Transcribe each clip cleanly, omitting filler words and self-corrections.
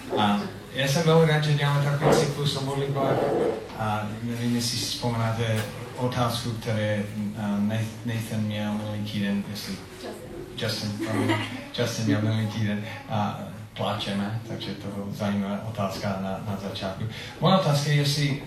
A já jsem velmi rád, že děláme takový cyklus o modlitbách a nevím, jestli si vzpomínáte otázku, které Nathan měl minulý týden, jestli Justin měl minulý týden a pláčeme, takže to byla zajímavá otázka na začátku. Moje otázka je, jestli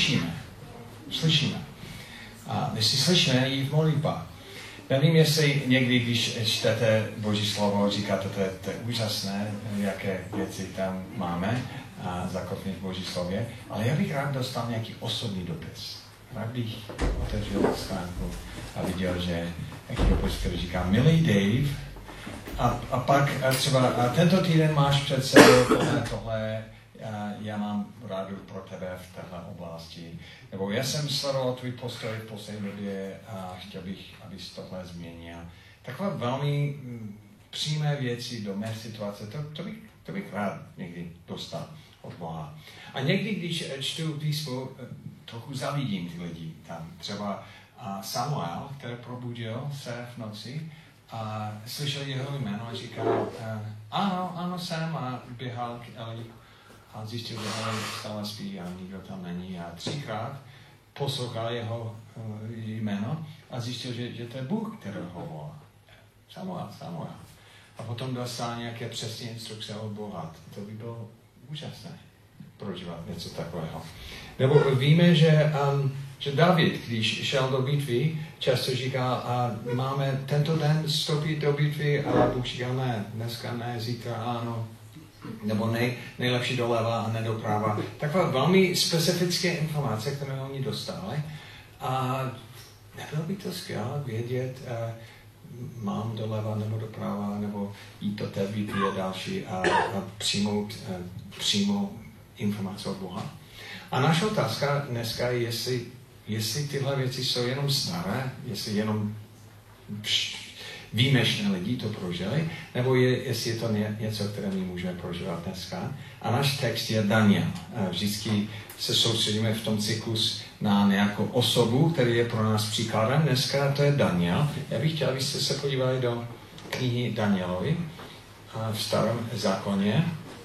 slyšíme. A jestli slyšíme i v modlitbách. Nevím, jestli někdy, když čtete Boží slovo, říkáte, to je úžasné, jaké věci tam máme zakotvené v Boží slově, ale já bych rád dostal nějaký osobní dopis. Rád bych otevřel stránku a viděl, že jaký dopis, který říká, milý Dave, a pak třeba tento týden máš před sebou tohle, já mám rádu pro tebe v téhle oblasti. Nebo já jsem sledoval tvůj postoj v poslední době a chtěl bych, abys tohle změnil. Takové velmi přímé věci do mé situace, to bych rád někdy dostal od Boha. A někdy, když čtu písmo, trochu zavidím ty lidi tam. Třeba Samuel, který probudil se v noci a slyšel jeho jméno a říkal, ano, jsem, a běhal k Eli a zjistil, že Eli stále spí a nikdo tam není. A 3krát poslouchal jeho jméno a zjistil, že to je Bůh, který ho volá. Samuel. A potom dostal nějaké přesné instrukce od Boha. To by bylo úžasné prožívat něco takového. Nebo víme, že David, když šel do bitvy, často říkal, máme tento den vstoupit do bitvy, a Bůh říkal, ne, dneska ne, zítra ano, nebo nejlepší doleva a ne doprava. Takové velmi specifické informace, které oni dostali. A nebylo by to skvělé vědět, mám doleva nebo doprava, nebo jít do té bitvy a další a přijmout přímo informace od Boha. A naše otázka dneska je, jestli tyhle věci jsou jenom staré, jestli jenom výjimečné lidi to prožili, nebo jestli je to něco, které my můžeme prožívat dneska. A náš text je Daniel. Vždycky se soustředíme v tom cyklus na nějakou osobu, který je pro nás příkladem. Dneska to je Daniel. Já bych chtěl, abyste se podívali do knihy Danielovi v Starém zákoně,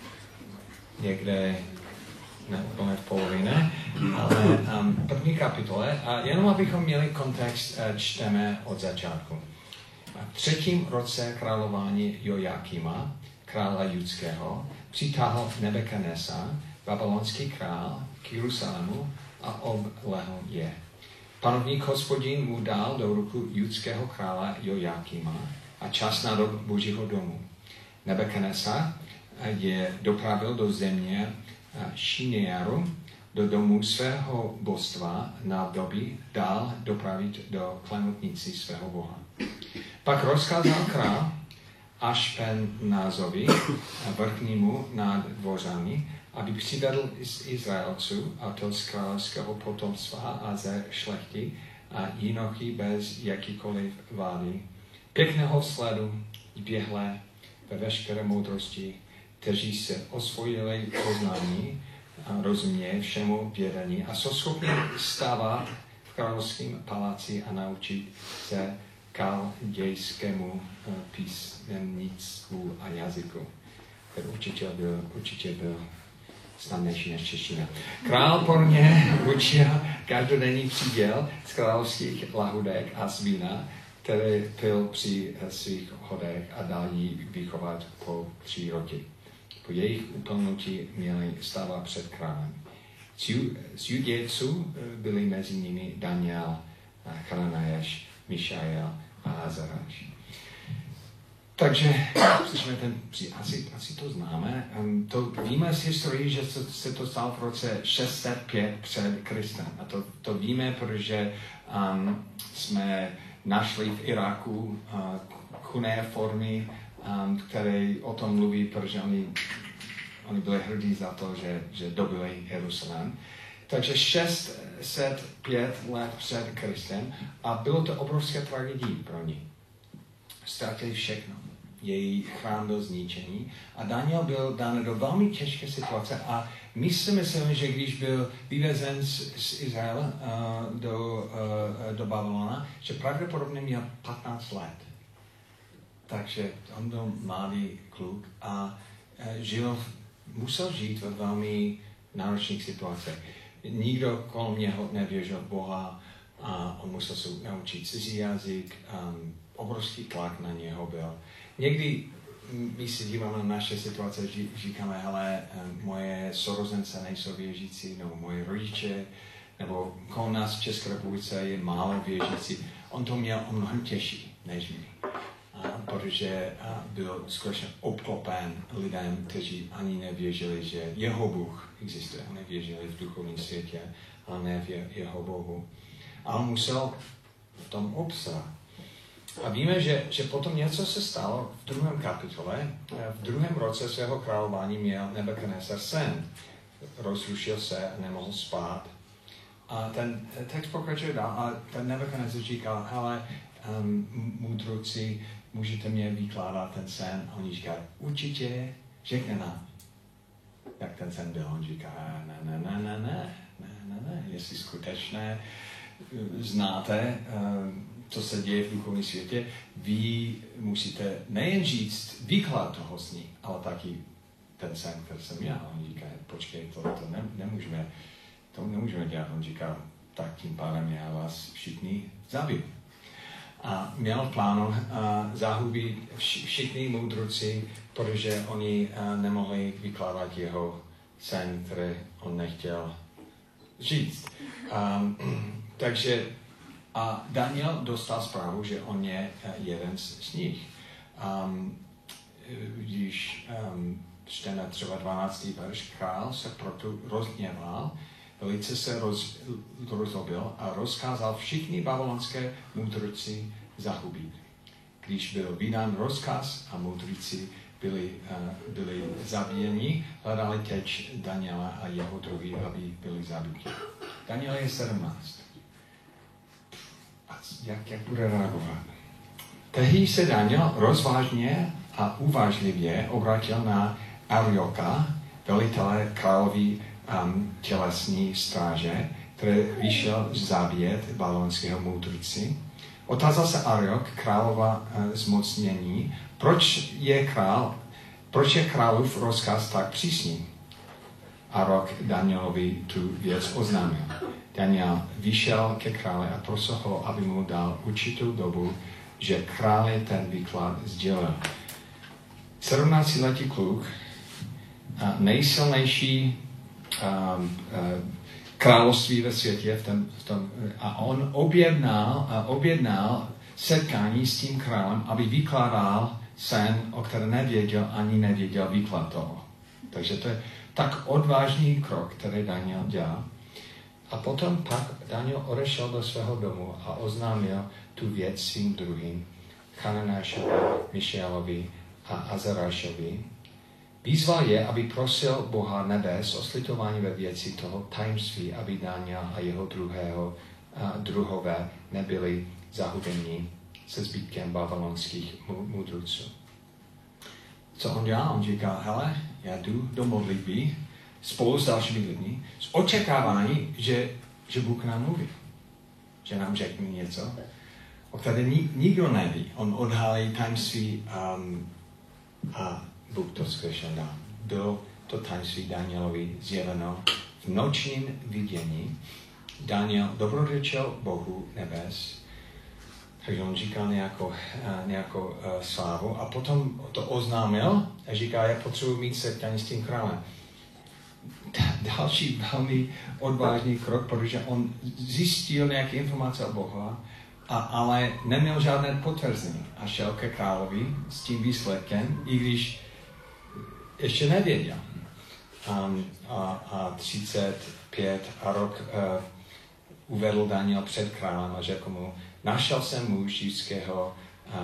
někde ne úplně v polovině, ale první kapitole. A jenom abychom měli kontext, čteme od začátku. V 3. roce králování Jojakima, krála judského, přitáhl Nebukadnesar, babylonský král, k Jeruzalému a oblehl je. Panovník Hospodin mu dal do ruku judského krále Jojakima a čas na Božího domu. Nebukadnesar je dopravil do země Šinearu, do domu svého božstva na doby dál dopravit do klenotnici svého boha. Pak rozkázal král Ašpenázovi, vrchnímu nad dvořany, aby přivedl z Izraelců, a to z královského potomstva a ze šlechty a jinochy bez jakýkoliv vády, pěkného sledu, zběhlé, ve veškeré moudrosti, kteří se osvojili poznání a rozumějí všemu vědení a jsou schopni stávat v královském paláci a naučit se kaldejskému písemnictvu a jazyku. Ten určitě byl snadnější než čeština. Král pro ně učil každodenní příděl z královských lahůdek a z vína, který pil při svých hodech, a dal jí vychovat po 3 roky. Po jejich uplnutí měli stávat před králem. Z Judějců byli mezi nimi Daniel, Chananáš, Mišael a Azaráš. Takže slyšíme ten příběh, asi to známe. To víme z historie, že se to stalo v roce 605 před Kristem. A to víme, protože jsme našli v Iráku chunné formy, které o tom mluví, protože oni byli hrdí za to, že dobili Jeruzalém. Takže 605 let před Kristem a bylo to obrovské tragédie pro ně. Ztratili všechno. Její chrám byl zničený a Daniel byl dán do velmi těžké situace a my si myslíme, že když byl vyvezen z Izraele do Babylona, že pravděpodobně měl 15 let. Takže on byl mladý kluk a žil musel žít ve velmi náročných situacích. Nikdo kolem něho nevěřil v Boha a on musel se naučit cizí jazyk, obrovský tlak na něho byl. Někdy my si díváme na naše situace, říkáme, hele, moje sourozence nejsou věřící, nebo moje rodiče, nebo kolem nás v České republice je málo věřící. On to měl o mnohem těžší než my. Protože byl skutečně obklopen lidem, kteří ani nevěřili, že jeho Bůh existuje. Nevěřili v duchovním světě, ale ne v jeho Bohu. A on musel v tom obstát. A víme, že potom něco se stalo v 2. kapitole. V 2. roce svého králování měl Nebukadnesar sen. Rozrušil se a nemohl spát. A ten text pokračuje dál a ten Nebukadnesar říkal, hele, moudruci, můžete mě vykládat ten sen? A oni říkají, určitě, řekne nám, jak ten sen byl. On říká, ne, jestli skutečně znáte, co se děje v duchovním světě, vy musíte nejen říct výklad toho sní, ale taky ten sen, který jsem já. On říká, počkej, to nemůžeme dělat. On říká, tak tím pádem já vás všichni zabiju. A měl v plánu zahubit všichni moudruci, protože oni nemohli vykládat jeho sen, který on nechtěl říct. Takže a Daniel dostal zprávu, že on je jeden z nich. Když čteme třeba 12. verš, král se proto rozhněval, velice se rozlobil a rozkázal všichni babylonské moudruci zahubit. Když byl vydán rozkaz a moudruci byli zabíjeni, hledali teď Daniela a jeho druhy, aby byli zabiti. Daniel je 17. Jak bude reagovat? Tehdy se Daniel rozvážně a uvážlivě obrátil na Arioka, velitele královy tělesní stráže, který vyšel zabíjet babylonského moudruci. Otázal se Ariok, králova zmocnění, proč je králův rozkaz tak přísný? Ariok Danielovi tu věc oznámil. Daniel vyšel ke králi a prosil ho, aby mu dal určitou dobu, že králi ten výklad sdělil. 17letý kluk, nejsilnější království ve světě a on objednal setkání s tím králem, aby vykládal sen, o kterém nevěděl výklad toho. Takže to je tak odvážný krok, který Daniel dělal. A potom pak Daniel odešel do svého domu a oznámil tu věc svým druhým, Chananášovi, Mišealovi a Azarášovi. Výzval je, aby prosil Boha nebes o slitování ve věci toho tajemství, aby Daniel a jeho druhové nebyli zahubeni se zbytkem babylonských moudruců. Co on dělá? On říká, hele, já jdu do modlitby spolu s dalšími lidmi s očekávání, že Bůh nám mluví. Že nám řekne něco, o které nikdo neví. On odhalí tajemství a Bůh to skutečně dá. Bylo to tajemství Danielovi zjeveno v nočním vidění. Daniel dobrořečil Bohu nebes, takže on říkal nějakou slávu a potom to oznámil a říká, já potřebuji mít setkání s tím králem. Další velmi odvážný krok, protože on zjistil nějaké informace o Bohu, ale neměl žádné potvrzení a šel ke královi s tím výsledkem, i když ještě nevěděl. A 35 a rok uvedl Daniel před králem a řekl mu, našel jsem muž židského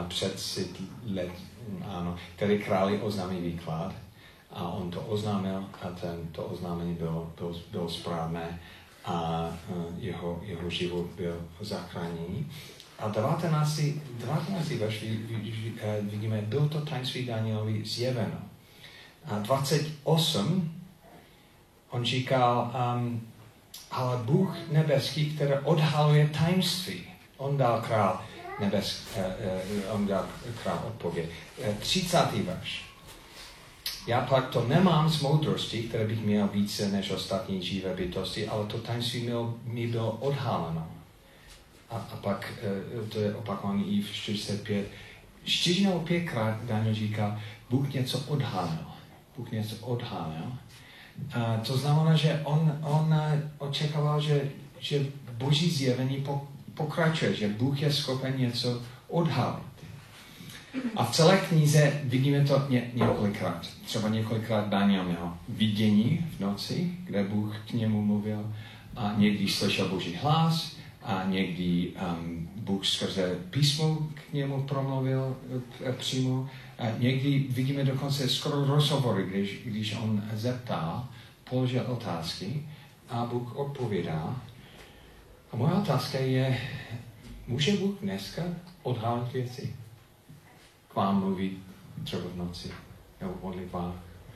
který králi oznámí výklad a on to oznámil a to oznámení bylo správné a jeho život byl zachráněný. A 19. verš vidíme, bylo to tajemství Danielovi zjeveno. A 28, on říkal, ale Bůh nebeský, který odhaluje tajemství, on dal král odpověď. 30. verš. Já pak to nemám z moudrosti, které bych měl více než ostatní živé bytosti, ale to tajemství mi bylo odhaleno. A pak to je opakovaný i v 45. 4 nebo 5krát Daniel říká, Bůh něco odhalil. Bůh něco odhalil. To znamená, že on očekával, že Boží zjevení pokračuje, že Bůh je schopen něco odhalit. A v celé knize vidíme to několikrát. Třeba několikrát Daniel měl vidění v noci, kde Bůh k němu mluvil, a někdy slyšel Boží hlas, a někdy Bůh skrze písmo k němu promluvil přímo. A někdy vidíme dokonce skoro rozhovory, když on zeptal, položil otázky a Bůh odpovídá. A moje otázka je, může Bůh dneska odhalit věci? K vám mluví třeba v noci nebo v modlitbách.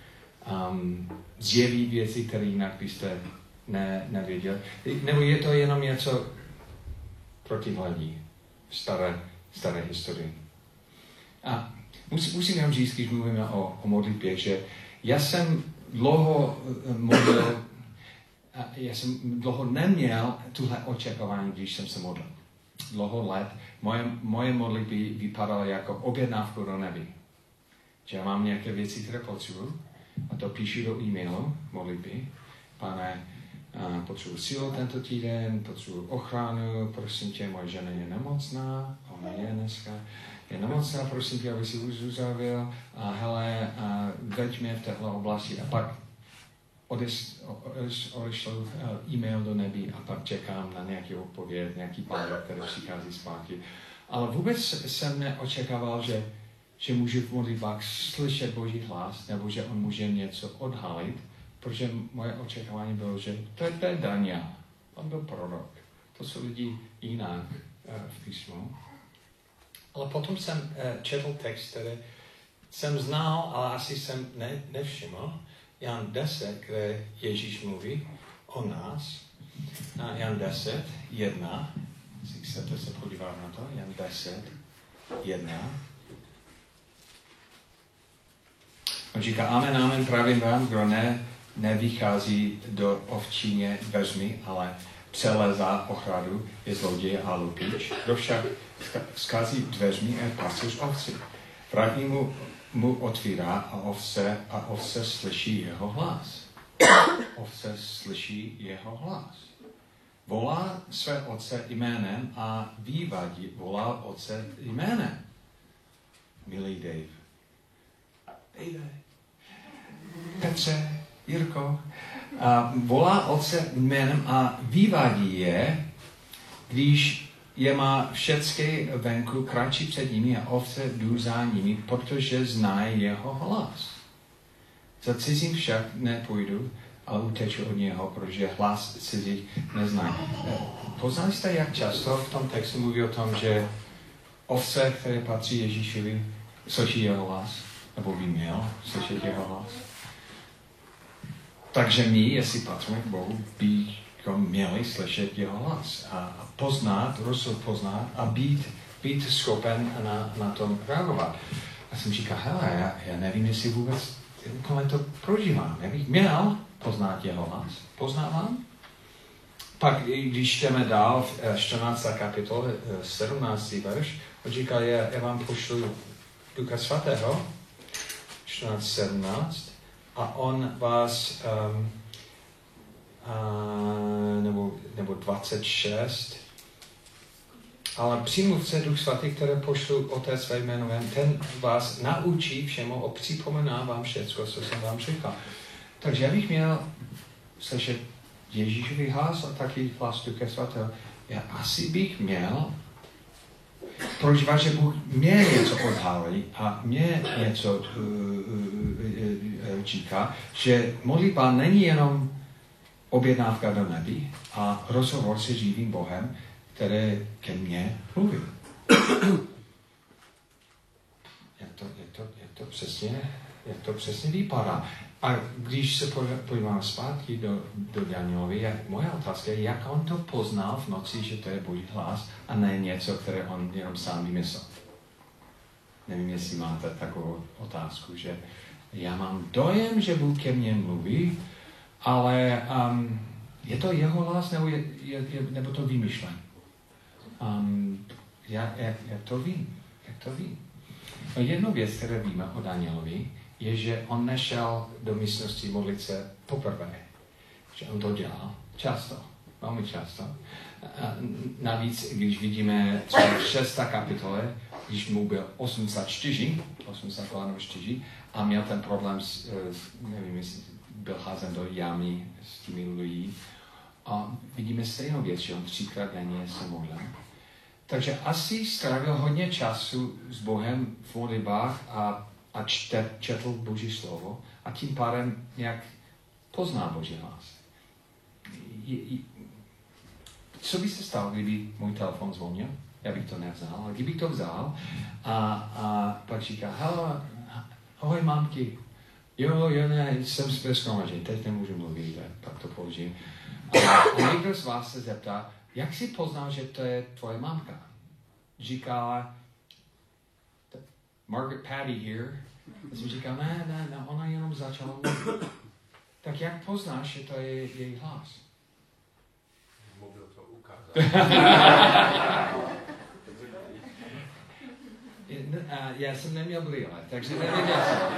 Zjeví věci, které jinak byste nevěděli. Nebo je to jenom něco protihledí v staré historii. A musím vám říct, když mluvíme o modlitbě, že já jsem dlouho modlil, já jsem dlouho neměl tuhle očekávání, když jsem se modlil. Dlouho let moje modlitby vypadaly jako objednávku do nebi. Že já mám nějaké věci, které potřebuji, a to píšu do e-mailu modlitby. Pane, potřebuji sílu tento týden, potřebuji ochranu, prosím tě, moje žena je nemocná, ona je dneska, je nemocná, prosím tě, aby si uzdravil, a hele, veď mě v téhle oblasti, a pak odešlu e-mail do nebi a pak čekám na nějaký odpověď, nějaký pán, který přichází zpátky. Ale vůbec jsem neočekával, že můžu v modlitbách slyšet Boží hlas, nebo že on může něco odhalit, protože moje očekávání bylo, že to je Daniel, on byl prorok. To jsou lidi jinak v písmu. Ale potom jsem četl text, který jsem znal, ale asi jsem nevšiml. Jan 10, kde Ježíš mluví o nás. Jan 10, 1. Si chcete se podívat na to? Jan 10, 1. On říká, amen, amen, pravím vám, kdo nevychází do ovčíně dveřmi, ale přelezá ochradu, je zloděj a lupič. Kdo však schází dveřmi, je pastýř ovci. Vrátník mu otvírá a ovce slyší jeho hlas. Ovce slyší jeho hlas. Volá své otce jménem a vývadí volá otce jménem. Milý Dave. Petře, Jirko. Volá otce jménem a vyvádí je, když je má všechny venku, kráčí před nimi a ovce jdou za nimi, protože znají jeho hlas. Za cizím však nepůjdu, ale uteču od něho, protože hlas cizích neznají. Poznali jste, jak často v tom textu mluví o tom, že ovce, které patří Ježíšovi, slyší jeho hlas, nebo by měl slyšet jeho hlas? Takže my, jestli patříme k Bohu, bychom měli slyšet jeho hlas a poznat, rozpoznat a být schopen na tom reagovat. A jsem říkal, hele, já nevím, jestli vůbec to prožívám. Já bych měl poznat jeho hlas. Poznávám? Pak, když jdeme dál v 14. kapitole, 17. verš, on říká, já vám pošlu Ducha Svatého, 14:17, a on vás, nebo 26, ale přímluvce Duch Svatý, které pošlu Otec své jménem, ten vás naučí všemu a připomíná vám všechno, co jsem vám říkal. Takže já bych měl slyšet Ježíšový hlas a taky hlas Ducha Svatého. Já asi bych měl prožívat, že Bůh mě něco odhalí a mě něco říká, že modlitba není jenom objednávka do nebi a rozhovor se živým Bohem, který ke mně mluví. Jak to přesně vypadá. A když se podíváme zpátky do Danielovi, moje otázka je, jak on to poznal v noci, že to je Boží hlas a ne něco, které on jenom sám vymyslel. Nevím, jestli máte takovou otázku, že Já mám dojem, že Bůh ke mně mluví, ale je to jeho hlas, nebo to vymyšlení? Jak to vím? No, jednu věc, kterou víme o Danielovi, je, že on nešel do místnosti modlit se poprvé. Že on to dělal často, velmi často. Navíc, když vidíme třeba 6. kapitole, když mu byl 84 a měl ten problém nevím, jestli byl házen do jamy s těmi lidmi. A vidíme stejnou věc, že on 3krát denně se modlil. Takže asi strávil hodně času s Bohem v modlitbách a četl Boží slovo a tím pádem nějak pozná Boží hlas. Co by se stalo, kdyby můj telefon zvonil? Já bych to nevzal, ale kdybych to vzal a pak říká, ahoj mamky, jo, ne, jsem zpěsknomažen, teď nemůžu mluvit, tak to položím. A někdo z vás se zeptá, jak jsi poznal, že to je tvoje mamka? Říkala, Margaret Patty here. A jsem říkal, ne, ona jenom začala mluvit. Tak jak poznáš, že to je její hlas? Mobil to ukázat. Já jsem neměl brýle, takže nevěděl jsem.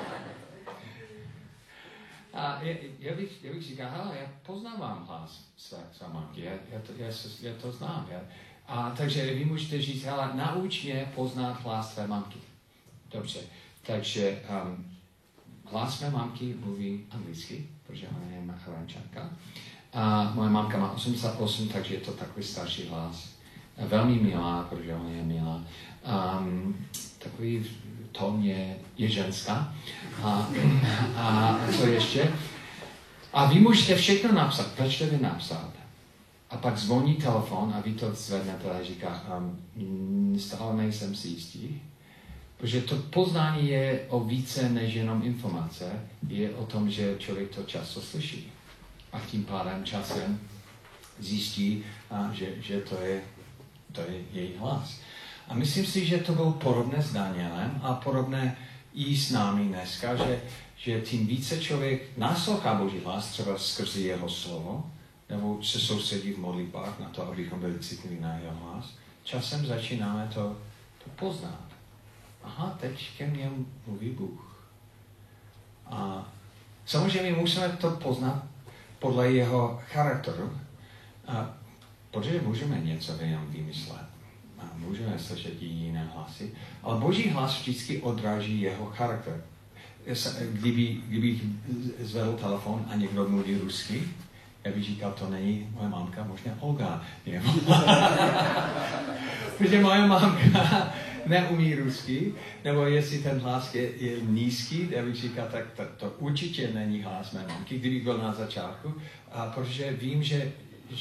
A já bych říkal, hele, já poznávám hlas své mamky, já to znám. Takže vy můžete říct, hele, nauč mě poznat hlas své mamky. Dobře, takže hlas mé mamky mluví anglicky, protože ona je Macharančanka. A moje mamka má 88, takže je to takový starší hlas. Velmi milá, protože ona je milá. Takový tón je ženská. A co ještě? A vy můžete všechno napsat, pečlivě napsat. A pak zvoní telefon a vy to zvednete a říká, stále nejsem si jistý. Protože to poznání je o více než jenom informace, je o tom, že člověk to často slyší. A tím pádem časem zjistí, že to je její hlas. A myslím si, že to bylo podobné s Danielem a podobné i s námi dneska, že tím více člověk naslouchá Boží hlas, třeba skrze jeho slovo, nebo se soustředí v modlitbách na to, abychom byli citliví na jeho hlas, časem začínáme to poznat. Aha, teď ke mně mluví Bůh. A samozřejmě musíme to poznat podle jeho charakteru, protože můžeme něco jenom vymyslet. A můžeme slyšet i jiné hlasy, ale Boží hlas vždycky odráží jeho charakter. Kdybych zvedl telefon a někdo mluví rusky, já bych říkal, to není moje mamka, možná Olga. Protože moje mamka neumí rusky, nebo jestli ten hlas je nízký, já bych říkal, tak to určitě není hlas mé mamky, kdybych byl na začátku, protože vím, že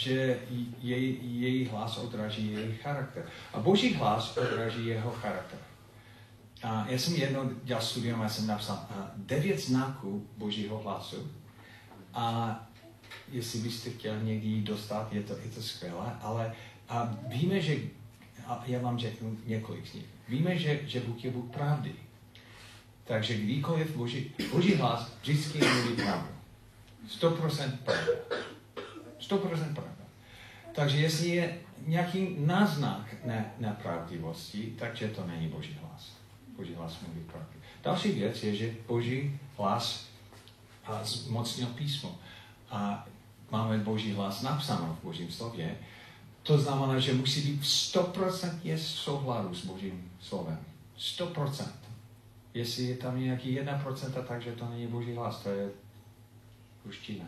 její hlas odráží její charakter. A Boží hlas odráží jeho charakter. A já jsem jednou dělal studium, já jsem napsal 9 znaků Božího hlasu. A jestli byste chtěli někdy dostat, je to skvělé, ale víme, že, já vám řeknu několik z nich, víme, že Bůh je Bůh pravdy. Takže kdykoliv Boží hlas vždycky mluví pravdu. 100% pravda. 100% pravda. Takže jestli je nějaký náznak nepravdivosti, takže to není Boží hlas. Boží hlas mluví pravdu. Další věc je, že Boží hlas zmocnil písmo. A máme Boží hlas napsáno v Božím slově. To znamená, že musí být 100% v souhladu s Božím slovem. 100%. Jestli je tam nějaký 1%, takže to není Boží hlas, to je ruština.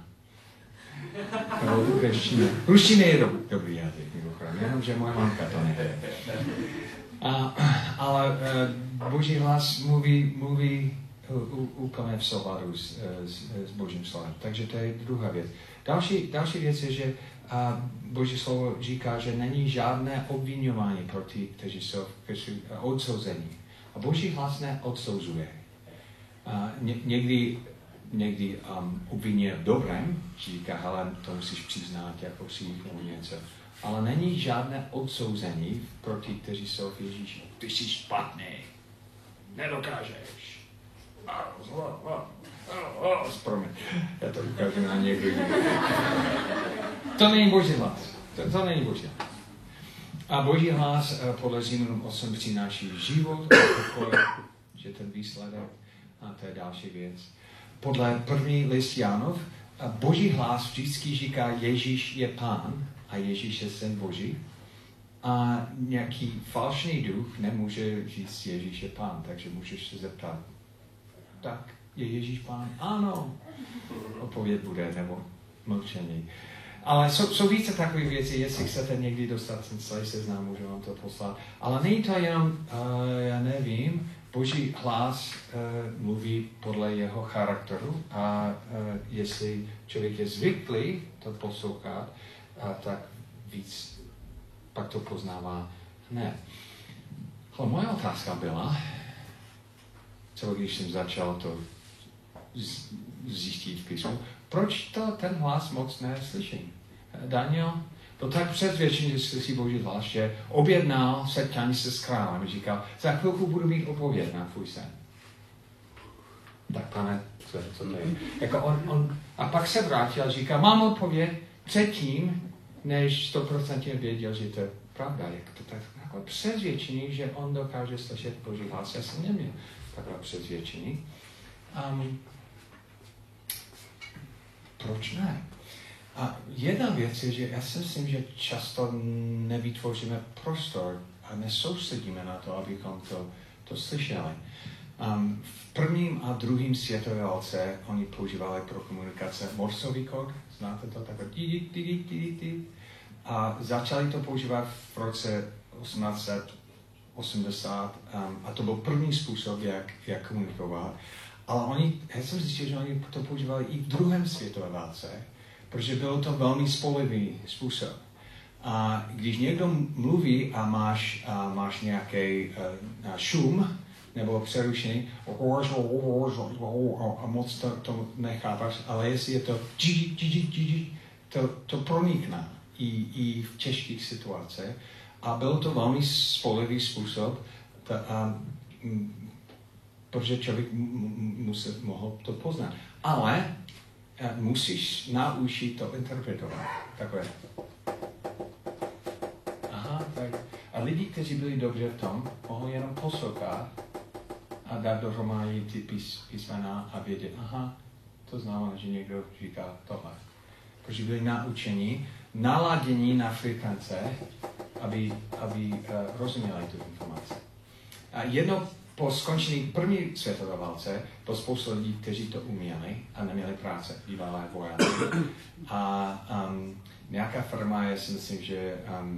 Ruština je dobrý jazyk, mimochodem, jenomže moje mamka to nejde. Ale Boží hlas mluví úplně v souladu s Božím slovem. Takže to je druhá věc. Další věc je, že Boží slovo říká, že není žádné obviňování proti, kteří jsou odsouzení. A Boží hlas neodsouzuje. Někdy obvině v dobrém, říká, hele, to musíš přiznat, jako si něco. Ale není žádné odsouzení proti, kteří jsou v Ježíši. Ty jsi špatný, nedokážeš. Promiň, já to ukážu na někdo jiný. To není Boží hlas. To není Boží hlas. A Boží hlas podle Římanům 8 přináší život a pokoj, že ten výsledek, a to je další věc. Podle první list Jánov, Boží hlas vždycky říká, Ježíš je Pán a Ježíš je Syn Boží. A nějaký falšný duch nemůže říct, Ježíš je Pán, takže můžeš se zeptat, tak je Ježíš Pán? Ano. Odpověď bude, nebo mlčení. Ale jsou více takové věci, jestli chcete někdy dostat ten celý seznam, můžu vám to poslat. Ale není to jenom, já nevím, Boží hlas mluví podle jeho charakteru a jestli člověk je zvyklý to poslouchat, tak víc pak to poznává. Ne. Ale moje otázka byla, co když jsem začal to zjistit v písmu, proč to ten hlas moc neslyším? Daniel byl tak přesvědčený, že slyší Boží hlas, že objednal setkání se s králem. Říkal, za chvilku budu mít odpověď na tvůj sen. Tak pane, co to je? Jako a pak se vrátil a říkal, mám odpověď předtím, než 100% věděl, že to je pravda. Jak to tak jako přesvědčený, že on dokáže slyšet Boží hlas. Já jsem neměl takové přesvědčení. Proč ne? A jedna věc je, že já si myslím, že často nevytvoříme prostor a nesoustředíme na to, abychom to slyšeli. V prvním a druhém světové válce oni používali pro komunikace morsový kód, znáte to, takové a začali to používat v roce 1880 a to byl první způsob, jak komunikovat. Ale já jsem zjistil, že oni to používali i v druhém světové válce, protože byl to velmi spolehlivý způsob. A když někdo mluví a máš nějaký šum nebo přerušení, a moc to nechápáš, ale jestli je to to pronikne i v těžkých situacích. A byl to velmi spolehlivý způsob, protože člověk mohl to poznat. Ale musíš naučit to interpretovat. Takové. Aha, tak. A lidi, kteří byli dobře v tom, mohli jenom poslouchat a dát dohromady ty písmena a vědět, aha, to znamená, že někdo říká tohle. Protože byli naučeni, naladění na frekvence, aby rozuměli tu informaci. A jedno po skončení první světové válce byl spousta lidí, kteří to uměli a neměli práce, bývalé vojáci. A nějaká firma, já si myslím, že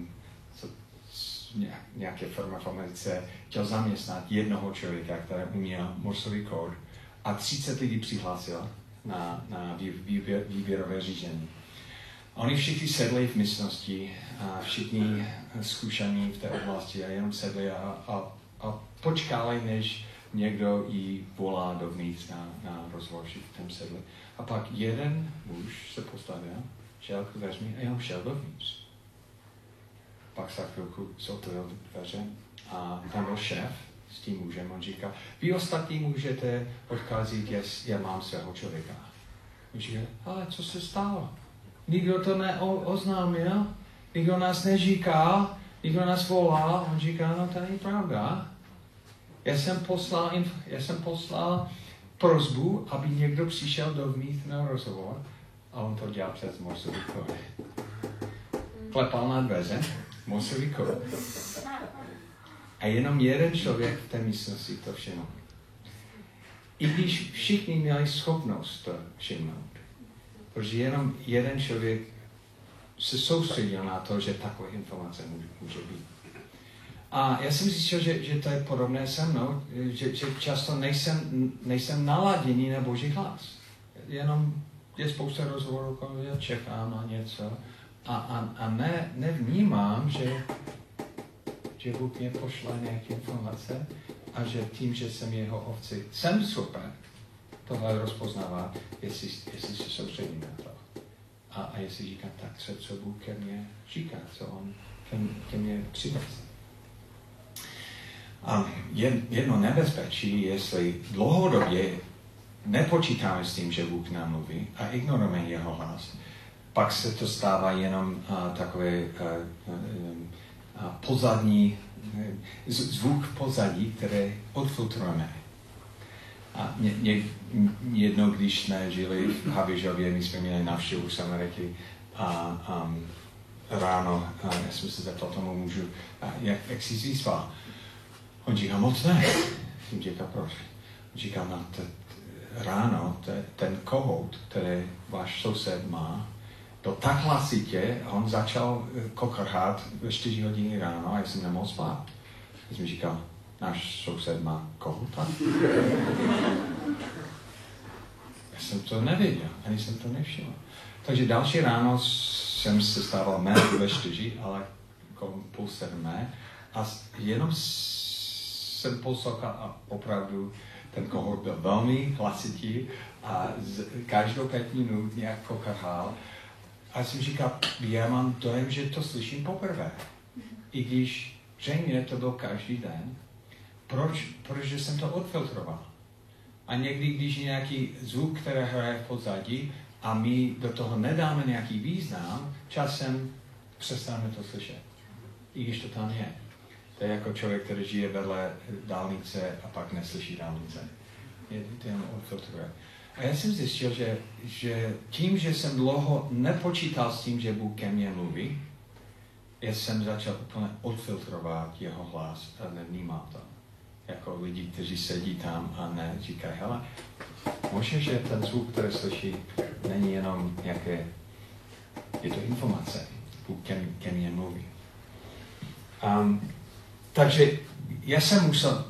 nějaké firma v Americe chtěl zaměstnat jednoho člověka, který uměl morsový kód a 30 lidí přihlásilo na výběrové řízení. Oni všichni sedli v místnosti, a všichni zkušení v té oblasti a jenom sedli a počkali, než někdo jí volá dovnitř na rozhovor, všichni tam sedli. A pak jeden muž se postavil, šelku vezmi a jenom šel dovnitř. Pak za chvilku se otevřel dveře a tam byl šéf s tím mužem. On říká, vy ostatní můžete odcházet, já mám svého člověka. On říká, ale co se stalo? Nikdo to neoznámil, nikdo nás neříkal, nikdo nás volal. On říká, no to není pravda. Já jsem poslal prosbu, aby někdo přišel dovnitř na rozhovor a on to dělal přes morsový kód. Klepal na dveře, morsový kód. A jenom jeden člověk v té místnosti to všiml. I když všichni měli schopnost to všimnout. Protože jenom jeden člověk se soustředil na to, že takové informace může být. A já jsem zjistil, že to je podobné se mnou, že často nejsem naladěný na Boží hlas. Jenom je spousta rozhovorů, já čekám na něco a nevnímám, že Bůh mě pošle nějaké informace a že tím, že jsem jeho ovci, jsem schopen tohle rozpoznávat, jestli se soustředím na to. A jestli říkám, tak co Bůh ke mně říká, co on ke mně přiveze. A jedno nebezpečí, jestli dlouhodobě nepočítáme s tím, že Bůh nám mluví a ignorujeme jeho hlas, pak se to stává jenom takové pozadní, zvuk v pozadí, které odfiltrujeme. A jednou, když jsme žili v Havířově, my jsme měli návštěvu z Ameriky a ráno, já jsem se zeptal tomu mužu, jak jsi vyspal? On říká, moc ne. Jsem říkal, proč? On říká, ráno ten kohout, který váš soused má, byl tak hlasitě a on začal kokrhat ve 4 hodiny ráno a já jsem nemohl spát. Já jsem říkal, náš soused má kohouta? Já jsem to nevěděl, ani jsem to nevšiml. Takže další ráno jsem se stával ne ve 4, ale kolem 6:30 a jenom jsem poslouchal a opravdu ten kohout byl velmi hlasitý a každou 5 minut nějak kokrhal. A jsem říkal, já mám dojem, že to slyším poprvé. I když zřejmě to byl každý den. Protože jsem to odfiltroval. A někdy, když je nějaký zvuk, který hraje v pozadí a my do toho nedáme nějaký význam, časem přestaneme to slyšet. I když to tam je. To je jako člověk, který žije vedle dálnice a pak neslyší dálnice. To jenom odfiltruje. A já jsem zjistil, že tím, že jsem dlouho nepočítal s tím, že Bůh ke mně mluví, já jsem začal úplně odfiltrovat jeho hlas a nevnímal to. Jako lidi, kteří sedí tam a ne říkají, hele, možná, že ten zvuk, který slyší, není jenom nějaké, je to informace. Bůh ke mně mluví. Takže já jsem musel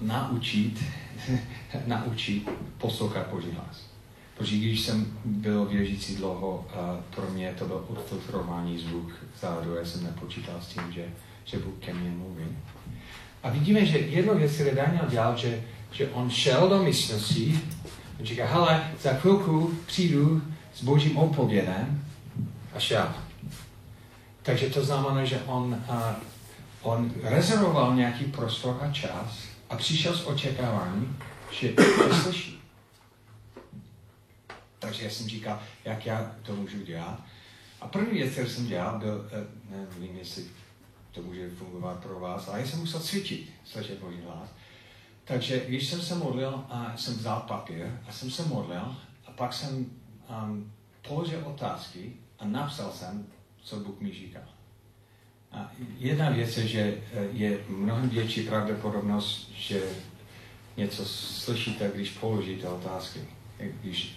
naučit poslouchat Boží hlas. Protože když jsem byl věřící dlouho, pro mě to byl odfiltrovaný zvuk vzadu, já jsem nepočítal s tím, že Bůh ke mně mluví. A vidíme, že jednou věc, který Daniel dělal, že on šel do místnosti a říká, hele, za chvilku přijdu s Božím odpovědem a šel. Takže to znamená, že on rezervoval nějaký prostor a čas a přišel s očekáváním, že slyší. Takže já jsem říkal, jak já to můžu dělat. A první věc, kterou jsem dělal, byl, nevím, jestli to může fungovat pro vás, ale já jsem musel cvičit, slyšet Boží hlas. Takže když jsem se modlil, a jsem vzal papír a jsem se modlil a pak jsem položil otázky a napsal jsem, co Bůh mi říkal. A jedna věc je, že je mnohem větší pravděpodobnost, že něco slyšíte, když položíte otázky. Když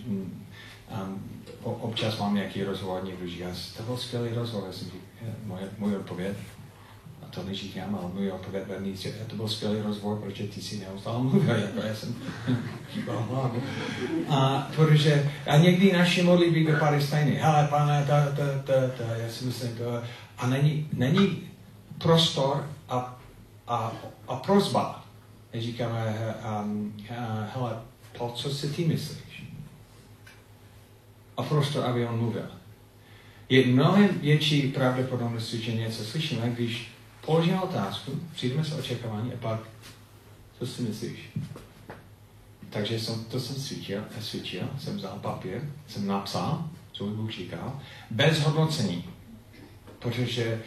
občas mám nějaký rozhovor, někdo říká, to byl skvělý rozhovor, já jsem říkal, můj odpověď, a to neříkám, ale můj odpověď byl to byl skvělý rozhovor, protože ty si neustále mluvil, jako já jsem chýbal hlavu. A někdy naši modlitby vypadají stejně. Hele, pane, já si myslím, to... A není prostor a prosba. Říkáme, hele, Paul, co si ty myslíš? A prostor, aby on mluvil. Je mnohem větší pravděpodobnost, že něco slyšíme, když položíme otázku, přijdeme se očekávání a pak, co si myslíš? Takže to jsem cvičil, jsem vzal papír, jsem napsal, co Bůh říkal, bez hodnocení. Protože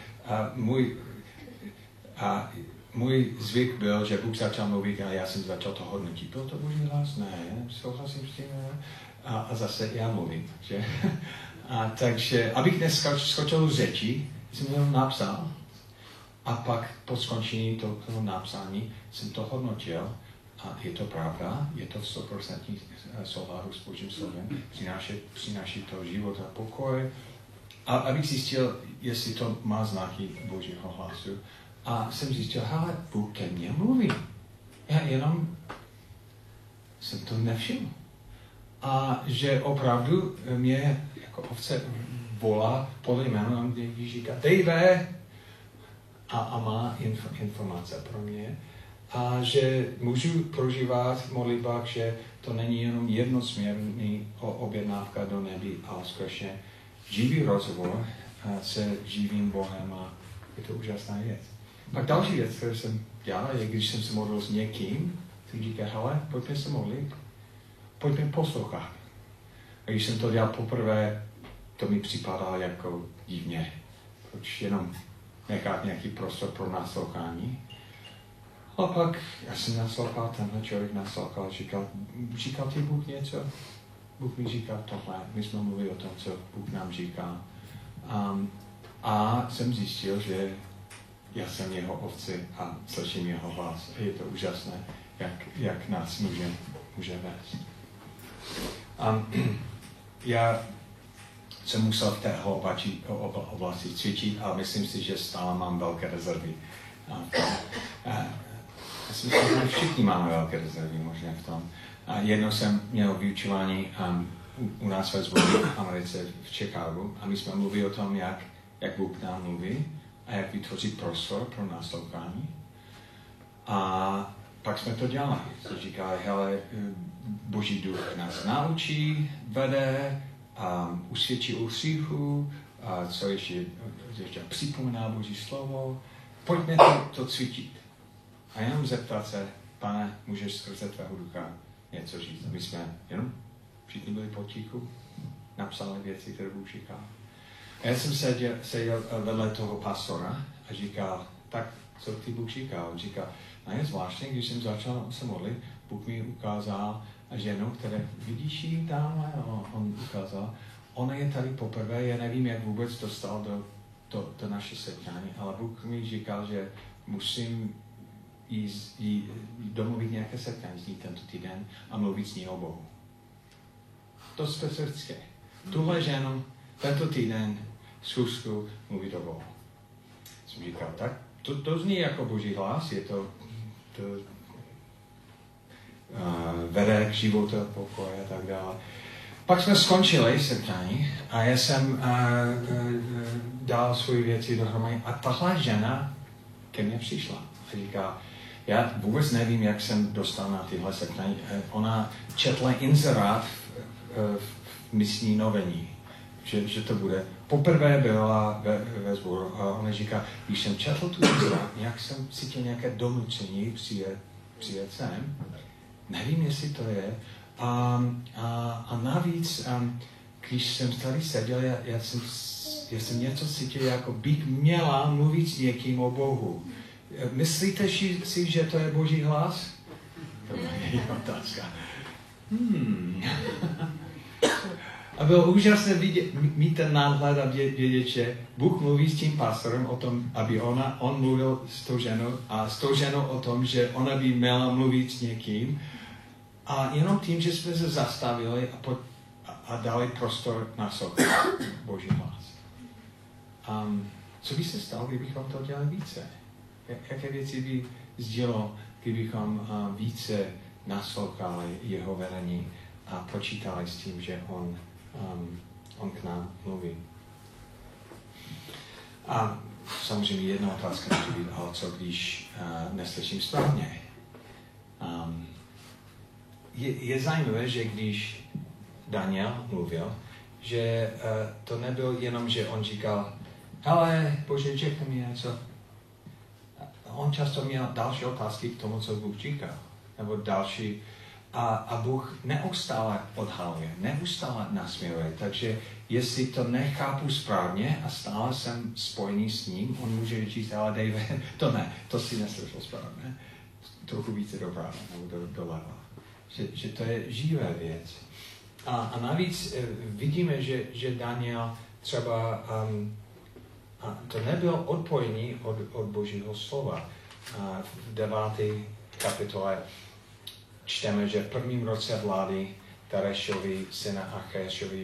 můj zvyk byl, že Bůh začal mluvit a já jsem začal to hodnotit. Byl to Boží hlas? Ne, souhlasím s tím. A zase já mluvím. Že? Takže, abych neskočil z řeči, jsem jenom napsal a pak po skončení toho napsání jsem to hodnotil a je to pravda, je to 100% souladu s Božím slovem, přináší to život a pokoj. A abych zjistil, jestli to má znaky Božího hlasu. A jsem zjistil, hele, Bůh ke mně mluví. Já jenom jsem to nevšiml. A že opravdu mě jako ovce volá podle jménu, když říká, Dave, a má informace pro mě. A že můžu prožívat v modlitbách, že to není jenom jednosměrný objednávka do nebi, ale skutečně živý rozhovor se živým Bohem a je to úžasná věc. Pak další věc, kterou jsem dělal, je když jsem se modlil s někým, tak říká, hele, pojďme se modlit, pojďme poslouchat. A když jsem to dělal poprvé, to mi připadalo jako divně. Proč jenom nechat nějaký prostor pro naslouchání? A pak já jsem naslouchal, tenhle člověk naslouchal, říkal ti Bůh něco? Bůh mi říkal tohle, my jsme mluvili o tom, co Bůh nám říká. A jsem zjistil, že já jsem jeho ovci a slyším jeho hlas. A je to úžasné, jak nás může vést. Já jsem musel v téhle oblasti cvičit a myslím si, že stále mám velké rezervy. Já si myslím, že všichni máme velké rezervy možná v tom. Jednou jsem měl vyučování u nás ve sboru v Americe v Chicagu a my jsme mluvili o tom, jak Bůh nám mluví a jak vytvořit prostor pro naslouchání. A pak jsme to dělali. Říkali, hele, Boží duch nás naučí, vede, usvědčí o hříchu, co ještě připomíná Boží slovo. Pojďme to cvičit. A jenom zeptat se, Pane, můžeš skrze tvého ducha něco říct. My jsme jenom všichni byli potichu, napsali věci, které Bůh říká. A já jsem seděl vedle toho pastora a říkal, tak co ty Bůh říkal? On říkal, a je zvláštní, když jsem začal se modlit, Bůh mi ukázal ženu, které vidíš jí tamhle, on ukázal, ona je tady poprvé, já nevím, jak vůbec dostal do naše setkání, ale Bůh mi říkal, že musím jí domluvit nějaké setkání s ní tento týden a mluvit s ní o Bohu. To je specifické. Tuhle ženu tento týden schůzku mluvit o Bohu. Jsem říkal, tak to zní jako Boží hlas, je to vede k životu, pokoje a tak dále. Pak jsme skončili setkání a já jsem dal svoje věci dohromady a tahle žena ke mně přišla a říká, já vůbec nevím, jak jsem dostal na tyhle setkání. Ona četla inzerát v místní novení, že to bude. Poprvé byla ve sboru a ona říká, když jsem četl tu inzerát, nějak jsem cítil nějaké donucení přijet sem. Nevím, jestli to je. A navíc, když jsem tady seděl, já jsem něco cítil, jako bych měla mluvit s někým o Bohu. Myslíte si, že to je Boží hlas? To je otázka. A bylo úžasné mít ten náhled a vědět, že Bůh mluví s tím pastorem o tom, aby on mluvil s tou ženou a s tou ženou o tom, že ona by měla mluvit s někým. A jenom tím, že jsme se zastavili a dali prostor na sobě Boží hlas. Co by se stalo, kdybychom to dělali více? Jaké věci by sdělo, kdybychom více naslouchali jeho vedení a počítali s tím, že on k nám mluví. A samozřejmě jedna otázka může být, ale co když neslyším správně? Je zajímavé, že když Daniel mluvil, že to nebyl jenom, že on říkal, ale Bože, řekni mi něco. On často měl další otázky k tomu, co Bůh říkal. Nebo další. A Bůh neustále odhaluje, neustále nasměruje. Takže jestli to nechápu správně a stále jsem spojený s ním, on může říct, ale David, to ne, to si neslyšel správně. Trochu více doprava nebo doleva. Že to je živé věc. A navíc vidíme, že Daniel třeba to nebyl odpojený od Božího slova. V 9. kapitole čteme, že v prvním roce vlády Darešovi, syna Achaješovi,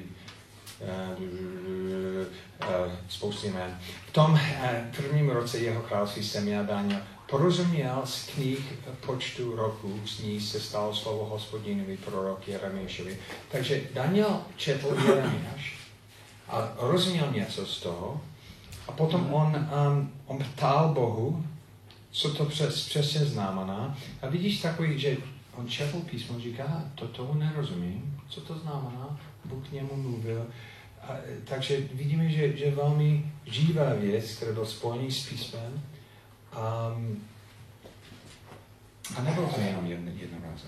spousty jmen. V tom prvním roce jeho království jsem Daniel porozuměl z knih počtu roků, z ní se stalo slovo Hospodinovi prorok Jeremiášovi. Takže Daniel četl Jeremiáš a rozuměl něco z toho a potom on ptal Bohu, co to přesně znamená. A vidíš takový, že on četl písmo, říká, tomu nerozumím, co to znamená, Bůh k němu mluvil. Takže vidíme, že je velmi živá věc, která byla spojená s písmem. A nebylo to jenom jednorázové.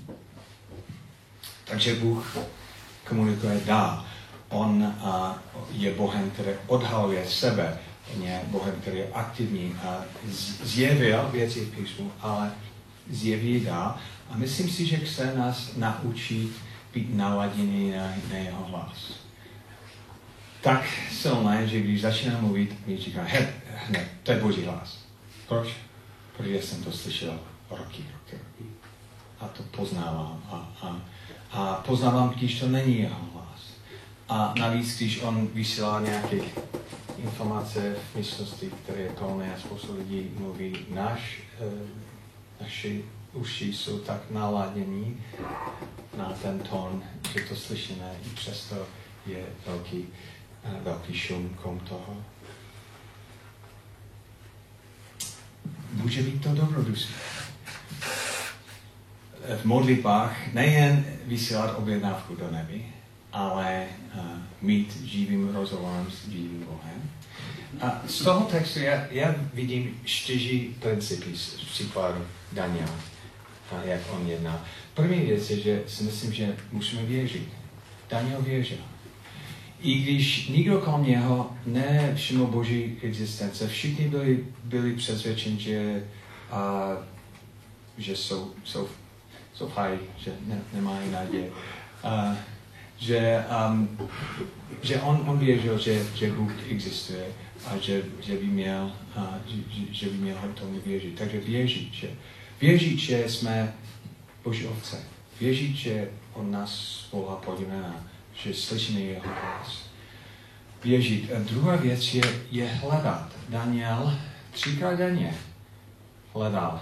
Takže Bůh komunikuje dál. On je Bohem, který odhaluje sebe, je Bohem, který je aktivní a zjevil věci v písmu, ale zjeví dál. A myslím si, že chce nás naučit být naladěný na jeho hlas. Tak silné, že když začíná mluvit, mi říká, hned, to je Boží hlas. Proč? Protože jsem to slyšel roky. A to poznávám. A poznávám, když to není jeho hlas. A navíc, když on vysílá nějaké informace v místnosti, které je plné a spoustu lidí mluví, naši uši jsou tak naladění na ten tón, že to slyšíme, i přesto je velký šum kolem toho. Může být to dobrodružství. V modlitbách nejen vysílat objednávku do nebe, ale mít živým rozhovorem s živým Bohem. A z toho textu já vidím 4 principy z příkladu Daniela, jak on jedná. První věc je, že si myslím, že musíme věřit. Daniel věřil. I když nikdo kolem něho nevšiml Boží existence, všichni byli přesvědčeni, že jsou v háji, že nemají naděje. Že on věřil, že Bůh existuje a že by měl tomu věřit. Takže věřit, že jsme Boží ovce. Věřit, že on nás volá podívaná, že slyšíme jeho hlas. Věřit. A druhá věc je hledat. Daniel 3krát denně hledal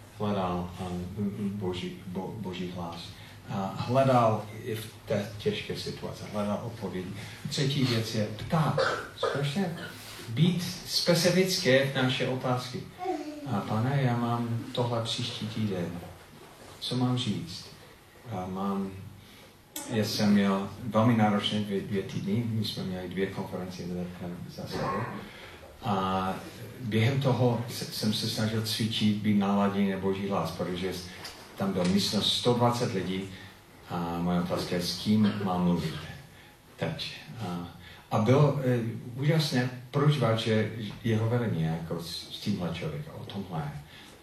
Boží hlas. A hledal i v té těžké situaci, hledal odpovědi. Třetí věc je ptát. Skutečně být specifické v naše otázky. A pane, já mám tohle příští týden. Co mám říct? Já jsem měl velmi náročné 2 týdny, my jsme měli 2 konference za sebou. A během toho jsem se snažil cvičit, být naladěný na Boží hlas, protože tam byl místnost 120 lidí a moje otázka je, s kým mám mluvit teď. A bylo úžasné prožívat, že jeho vedení jako s tímhle člověkem, o tomhle.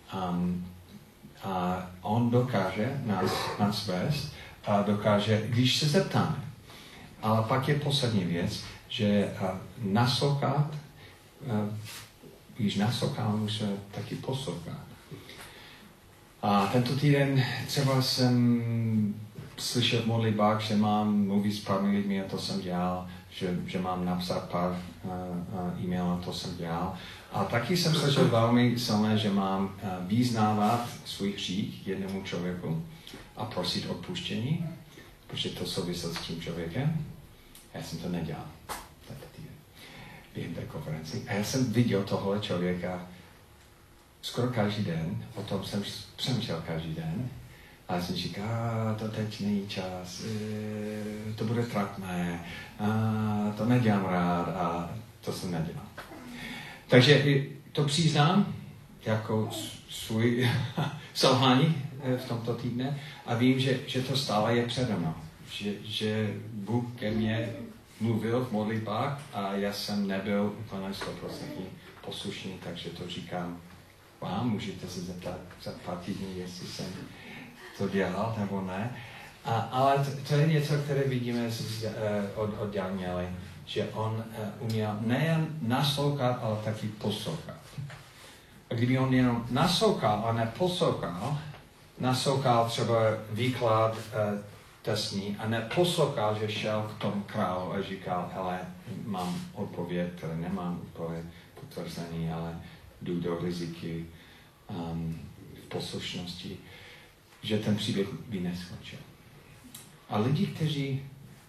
A on dokáže nás vést a dokáže, když se zeptáme. Ale pak je poslední věc, že naslouchat, když nasloucháme, musíme taky poslouchat. A tento týden třeba jsem slyšel v modlitbách, že mám mluvit s pár lidmi a to jsem dělal, že mám napsat pár e-mailů a to jsem dělal. A taky jsem slyšel velmi silné, že mám vyznávat svůj hřích jednomu člověku a prosit odpuštění, protože to souviselo s tím člověkem. Já jsem to nedělal tento týden během té konferenci. A já jsem viděl tohle člověka skoro každý den, o tom jsem přemýšlel každý den. A já jsem říkal, to teď není čas, to bude trapné, to nedělám rád a to jsem nedělal. Takže to přiznám jako svůj selhání v tomto týdne a vím, že to stále je přede mnou. Že Bůh ke mně mluvil v modlitbách a já jsem nebyl úplně 100% poslušný, takže to říkám vám, můžete se zeptat za pár týdnů, jestli jsem to dělal nebo ne. Ale to je něco, které vidíme od Daniela, že on uměl nejen naslouchat, ale taky poslouchat. A kdyby on jenom naslouchal a neposlouchal, naslouchal třeba výklad tesní a neposlouchal, že šel k tomu králu a říkal, hele, mám odpověď, které nemám úplně potvrzený, ale jdu do riziky v poslušnosti, že ten příběh by neskončil. A lidi, kteří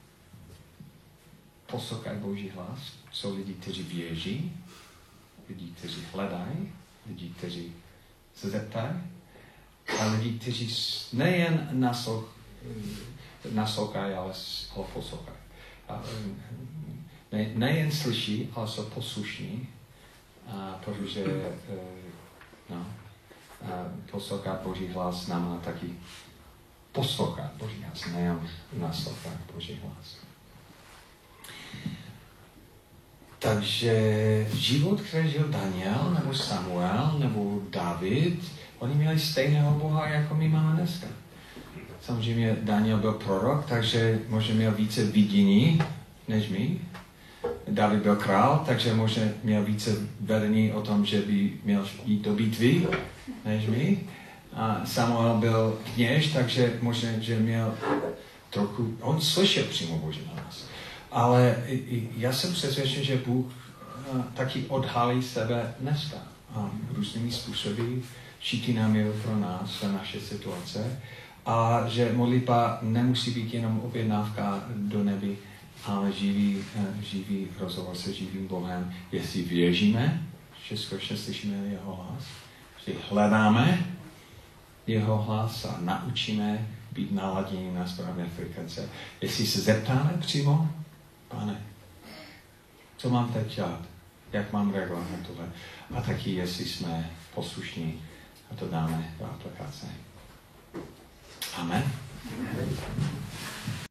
poslouchají Boží hlas, jsou lidi, kteří věří, lidi, kteří hledají, lidi, kteří se zeptají, a lidi, kteří nejen naslouchají, ale poslouchají. Nejen slyší, ale jsou poslušní, protože Poslouchat Boží hlas znamená taky poslouchat Boží hlas, nejen naslouchat Boží hlas. Takže život, který žil Daniel, nebo Samuel, nebo David, oni měli stejného Boha, jako my máme dneska. Samozřejmě Daniel byl prorok, takže možná měl více vidění než my. David byl král, takže možná měl více vedení o tom, že by měl jít do bitvy než my. A Samuel byl kněž, takže možná, že měl trochu, on slyšel přímo Boží hlas. Ale já jsem přesvědčen, že Bůh taky odhalí sebe dneska. Různými způsoby šítí náměr pro nás, pro naše situace. A že modlitba nemusí být jenom objednávka do nebe, ale živý rozhovor se živým Bohem. Jestli věříme, že skutečně slyšíme jeho hlas, že hledáme jeho hlas a naučíme být naladění na správné frekvence. Jestli se zeptáme přímo, Pane, co mám teď dělat? Jak mám reagovat na tohle? A taky, jestli jsme poslušní a to dáme do aplikace. Amen.